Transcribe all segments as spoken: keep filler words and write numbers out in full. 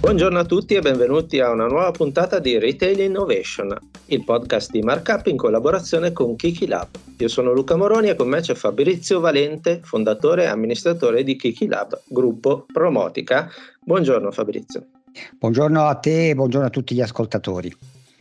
Buongiorno a tutti e benvenuti a una nuova puntata di Retail Innovation, il podcast di Markup in collaborazione con Kiki Lab. Io sono Luca Moroni e con me c'è Fabrizio Valente, fondatore e amministratore di Kiki Lab, gruppo Promotica. Buongiorno Fabrizio. Buongiorno a te e buongiorno a tutti gli ascoltatori.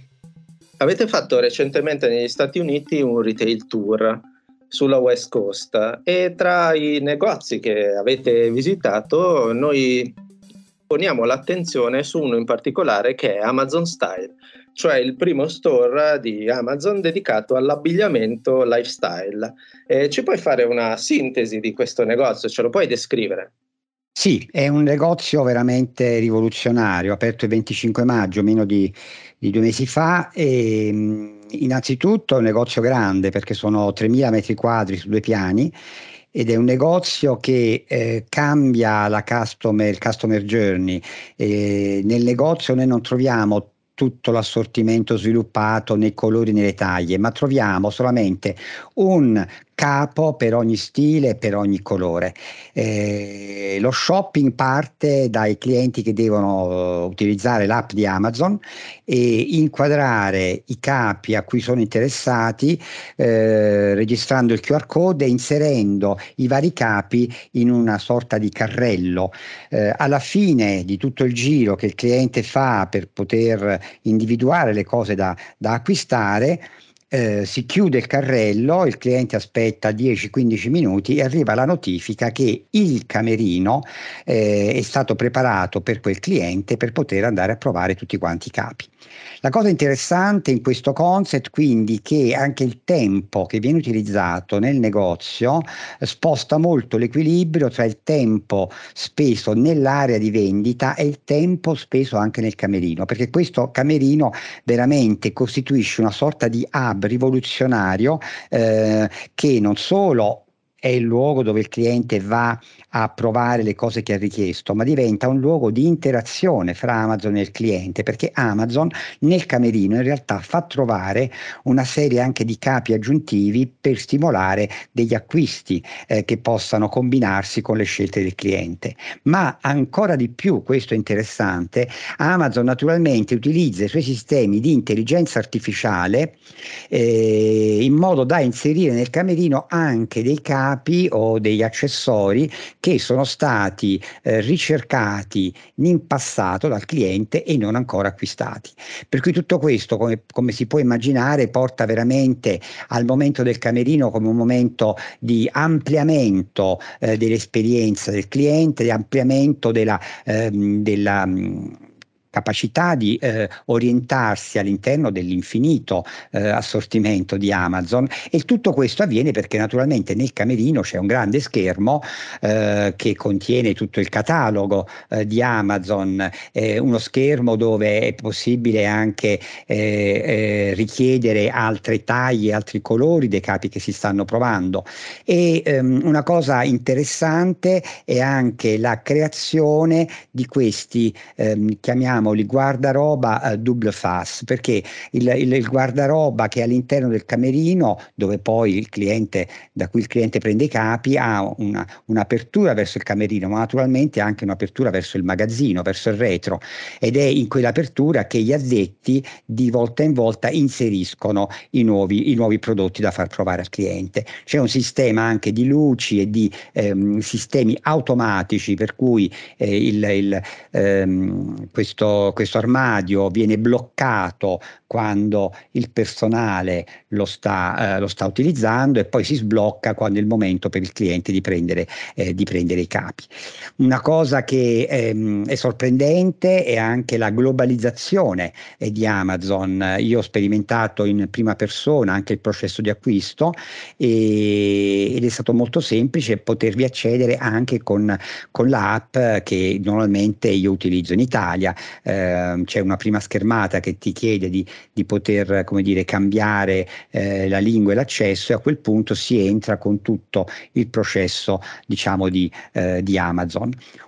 Avete fatto recentemente negli Stati Uniti un retail tour sulla West Coast e tra i negozi che avete visitato noi poniamo l'attenzione su uno in particolare che è Amazon Style, cioè il primo store di Amazon dedicato all'abbigliamento lifestyle. Eh, ci puoi fare una sintesi di questo negozio? Ce lo puoi descrivere? Sì, è un negozio veramente rivoluzionario, aperto il venticinque maggio, meno di, di due mesi fa. E, mh, innanzitutto è un negozio grande perché sono tremila metri quadri su due piani ed è un negozio che eh, cambia la customer, il customer journey. E nel negozio noi non troviamo tutto l'assortimento sviluppato nei colori e nelle taglie, ma troviamo solamente un capo per ogni stile e per ogni colore. Eh, lo shopping parte dai clienti che devono uh, utilizzare l'app di Amazon e inquadrare i capi a cui sono interessati, eh, registrando il Q R code e inserendo i vari capi in una sorta di carrello. Eh, alla fine di tutto il giro che il cliente fa per poter individuare le cose da, da acquistare, Eh, si chiude il carrello, il cliente aspetta dieci quindici minuti e arriva la notifica che il camerino eh, è stato preparato per quel cliente per poter andare a provare tutti quanti i capi. La cosa interessante in questo concept quindi che anche il tempo che viene utilizzato nel negozio eh, sposta molto l'equilibrio tra il tempo speso nell'area di vendita e il tempo speso anche nel camerino, perché questo camerino veramente costituisce una sorta di hub rivoluzionario eh, che non solo è il luogo dove il cliente va a provare le cose che ha richiesto, ma diventa un luogo di interazione fra Amazon e il cliente, perché Amazon nel camerino in realtà fa trovare una serie anche di capi aggiuntivi per stimolare degli acquisti eh, che possano combinarsi con le scelte del cliente. Ma ancora di più, questo è interessante, Amazon naturalmente utilizza i suoi sistemi di intelligenza artificiale eh, in modo da inserire nel camerino anche dei capi o degli accessori che sono stati eh, ricercati in passato dal cliente e non ancora acquistati. Per cui tutto questo, come, come si può immaginare, porta veramente al momento del camerino come un momento di ampliamento eh, dell'esperienza del cliente, di ampliamento della, ehm, della mh, capacità di eh, orientarsi all'interno dell'infinito eh, assortimento di Amazon, e tutto questo avviene perché naturalmente nel camerino c'è un grande schermo eh, che contiene tutto il catalogo eh, di Amazon, eh, uno schermo dove è possibile anche eh, eh, richiedere altre taglie, altri colori dei capi che si stanno provando. E ehm, una cosa interessante è anche la creazione di questi ehm, chiamiamoli guardaroba eh, double face, perché il, il, il guardaroba che è all'interno del camerino, dove poi il cliente, da cui il cliente prende i capi, ha una, un'apertura verso il camerino, ma naturalmente anche un'apertura verso il magazzino, verso il retro, ed è in quell'apertura che gli addetti di volta in volta inseriscono i nuovi, i nuovi prodotti da far provare al cliente. C'è un sistema anche di luci e di ehm, sistemi automatici per cui eh, il, il, ehm, questo questo armadio viene bloccato quando il personale lo sta, eh, lo sta utilizzando, e poi si sblocca quando è il momento per il cliente di prendere, eh, di prendere i capi. Una cosa che ehm, è sorprendente è anche la globalizzazione eh, di Amazon. Io ho sperimentato in prima persona anche il processo di acquisto e, ed è stato molto semplice potervi accedere anche con, con l'app che normalmente io utilizzo in Italia. Eh, c'è una prima schermata che ti chiede di, di poter, come dire, cambiare eh, la lingua e l'accesso, e a quel punto si entra con tutto il processo, diciamo, di, eh, di Amazon.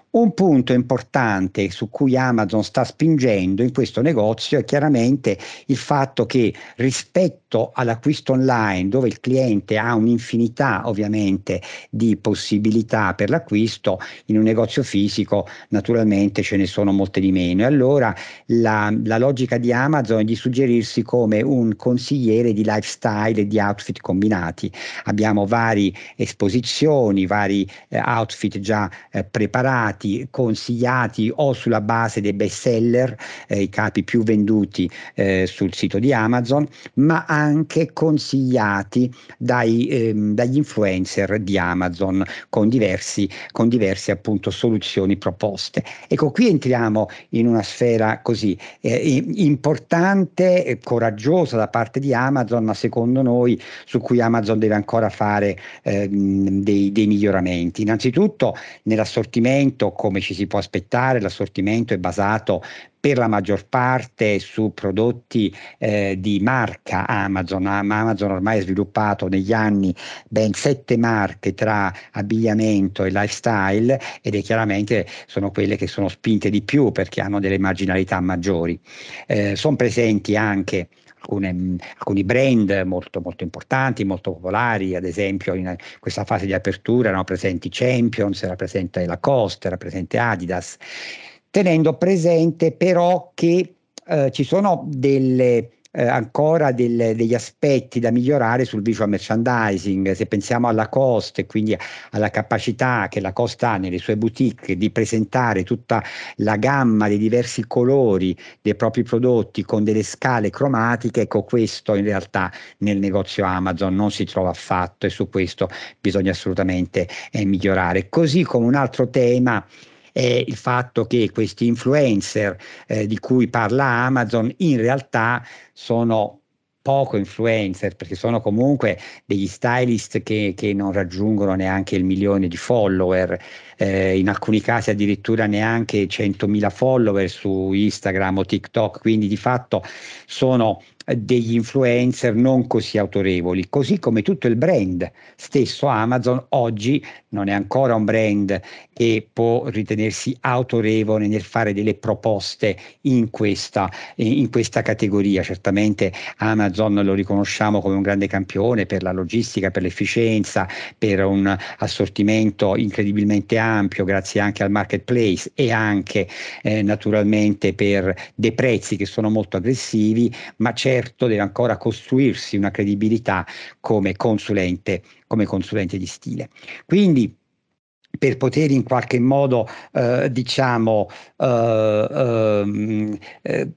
Un punto importante su cui Amazon sta spingendo in questo negozio è chiaramente il fatto che rispetto all'acquisto online, dove il cliente ha un'infinità ovviamente di possibilità per l'acquisto, in un negozio fisico naturalmente ce ne sono molte di meno. E allora la, la logica di Amazon è di suggerirsi come un consigliere di lifestyle e di outfit combinati. Abbiamo varie esposizioni, vari eh, outfit già eh, preparati, consigliati o sulla base dei best seller, eh, i capi più venduti eh, sul sito di Amazon, ma anche consigliati dai, ehm, dagli influencer di Amazon con diversi, con diverse appunto soluzioni proposte. Ecco, qui entriamo in una sfera così eh, importante e coraggiosa da parte di Amazon, ma secondo noi su cui Amazon deve ancora fare ehm, dei, dei miglioramenti. Innanzitutto nell'assortimento, come ci si può aspettare, l'assortimento è basato per la maggior parte su prodotti eh, di marca Amazon. Amazon ormai ha sviluppato negli anni ben sette marche tra abbigliamento e lifestyle, ed è chiaramente sono quelle che sono spinte di più perché hanno delle marginalità maggiori. Eh, sono presenti anche Alcune, alcuni brand molto, molto importanti, molto popolari, ad esempio in questa fase di apertura erano presenti Champions, era presente Lacoste, era presente Adidas, tenendo presente però che eh, ci sono delle eh, ancora del- degli aspetti da migliorare sul visual merchandising. Se pensiamo alla Lacoste, quindi alla capacità che la Lacoste ha nelle sue boutique di presentare tutta la gamma dei diversi colori dei propri prodotti con delle scale cromatiche, ecco, questo in realtà nel negozio Amazon non si trova affatto, e su questo bisogna assolutamente eh, migliorare. Così come un altro tema è il fatto che questi influencer eh, di cui parla Amazon in realtà sono poco influencer, perché sono comunque degli stylist che, che non raggiungono neanche il milione di follower, eh, in alcuni casi addirittura neanche centomila follower su Instagram o TikTok, quindi di fatto sono degli influencer non così autorevoli, così come tutto il brand stesso Amazon oggi non è ancora un brand che può ritenersi autorevole nel fare delle proposte in questa, in questa categoria. Certamente Amazon lo riconosciamo come un grande campione per la logistica, per l'efficienza, per un assortimento incredibilmente ampio, grazie anche al marketplace, e anche eh, naturalmente per dei prezzi che sono molto aggressivi, ma certo deve ancora costruirsi una credibilità come consulente, come consulente di stile. Quindi per poter in qualche modo, eh, diciamo, eh, ehm, eh,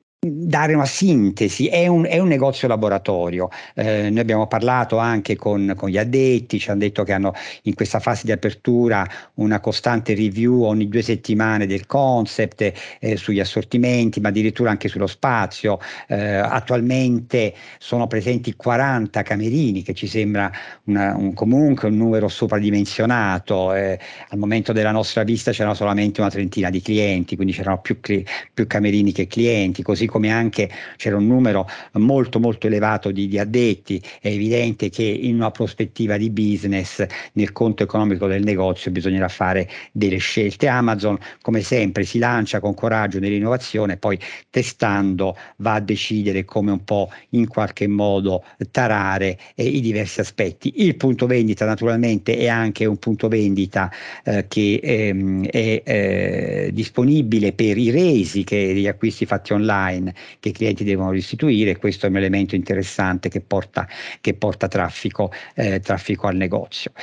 dare una sintesi, è un, è un negozio laboratorio. Eh, noi abbiamo parlato anche con, con gli addetti, ci hanno detto che hanno in questa fase di apertura una costante review ogni due settimane del concept, eh, sugli assortimenti, ma addirittura anche sullo spazio. Eh, attualmente sono presenti quaranta camerini, che ci sembra una, un, comunque un numero sopradimensionato. Eh, al momento della nostra visita c'erano solamente una trentina di clienti, quindi c'erano più, cli- più camerini che clienti, così come anche c'era un numero molto molto elevato di, di addetti. È evidente che in una prospettiva di business, nel conto economico del negozio, bisognerà fare delle scelte. Amazon, come sempre, si lancia con coraggio nell'innovazione, poi testando va a decidere come un po' in qualche modo tarare eh, i diversi aspetti. Il punto vendita naturalmente è anche un punto vendita eh, che ehm, è eh, disponibile per i resi, che gli acquisti fatti online che i clienti devono restituire. Questo è un elemento interessante che porta, che porta traffico, eh, traffico al negozio.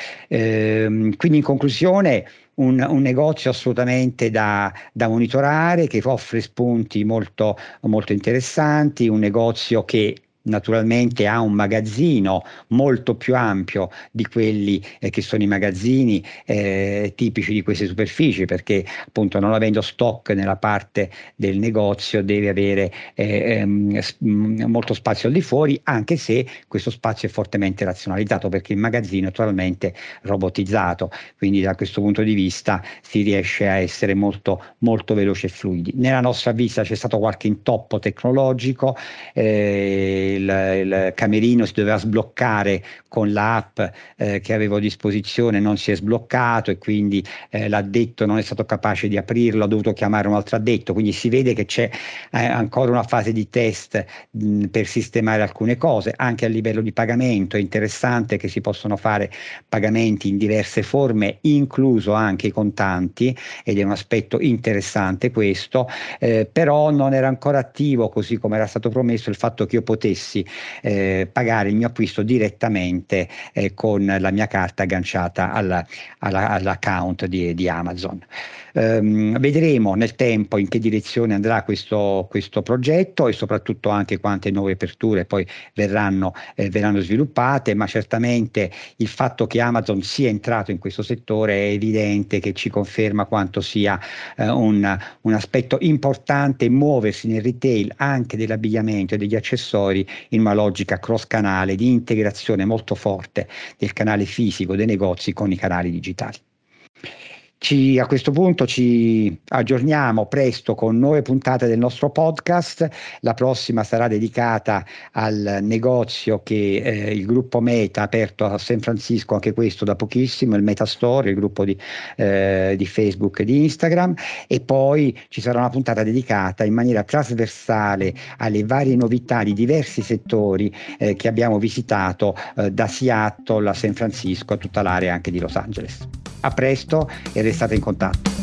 Ehm, quindi in conclusione un, un negozio assolutamente da, da monitorare, che offre spunti molto, molto interessanti, un negozio che naturalmente ha un magazzino molto più ampio di quelli eh, che sono i magazzini eh, tipici di queste superfici, perché appunto non avendo stock nella parte del negozio deve avere eh, ehm, s- mh, molto spazio al di fuori, anche se questo spazio è fortemente razionalizzato perché il magazzino è attualmente robotizzato, quindi da questo punto di vista si riesce a essere molto, molto veloci e fluidi. Nella nostra visita c'è stato qualche intoppo tecnologico, eh, il, il camerino si doveva sbloccare con l'app eh, che avevo a disposizione, non si è sbloccato e quindi eh, l'addetto non è stato capace di aprirlo, ha dovuto chiamare un altro addetto, quindi si vede che c'è eh, ancora una fase di test mh, per sistemare alcune cose. Anche a livello di pagamento è interessante che si possono fare pagamenti in diverse forme, incluso anche i contanti, ed è un aspetto interessante questo, eh, però non era ancora attivo, così come era stato promesso, il fatto che io potessi eh, pagare il mio acquisto direttamente eh, con la mia carta agganciata alla, alla, all'account di, di Amazon. Um, vedremo nel tempo in che direzione andrà questo, questo progetto e soprattutto anche quante nuove aperture poi verranno, eh, verranno sviluppate, ma certamente il fatto che Amazon sia entrato in questo settore è evidente che ci conferma quanto sia eh, un, un aspetto importante muoversi nel retail anche dell'abbigliamento e degli accessori in una logica cross canale di integrazione molto forte del canale fisico dei negozi con i canali digitali. Ci, a questo punto ci aggiorniamo presto con nuove puntate del nostro podcast. La prossima sarà dedicata al negozio che eh, il gruppo Meta ha aperto a San Francisco, anche questo da pochissimo, il Meta Store, il gruppo di, eh, di Facebook e di Instagram, e poi ci sarà una puntata dedicata in maniera trasversale alle varie novità di diversi settori eh, che abbiamo visitato eh, da Seattle a San Francisco a tutta l'area anche di Los Angeles. A presto e restate in contatto.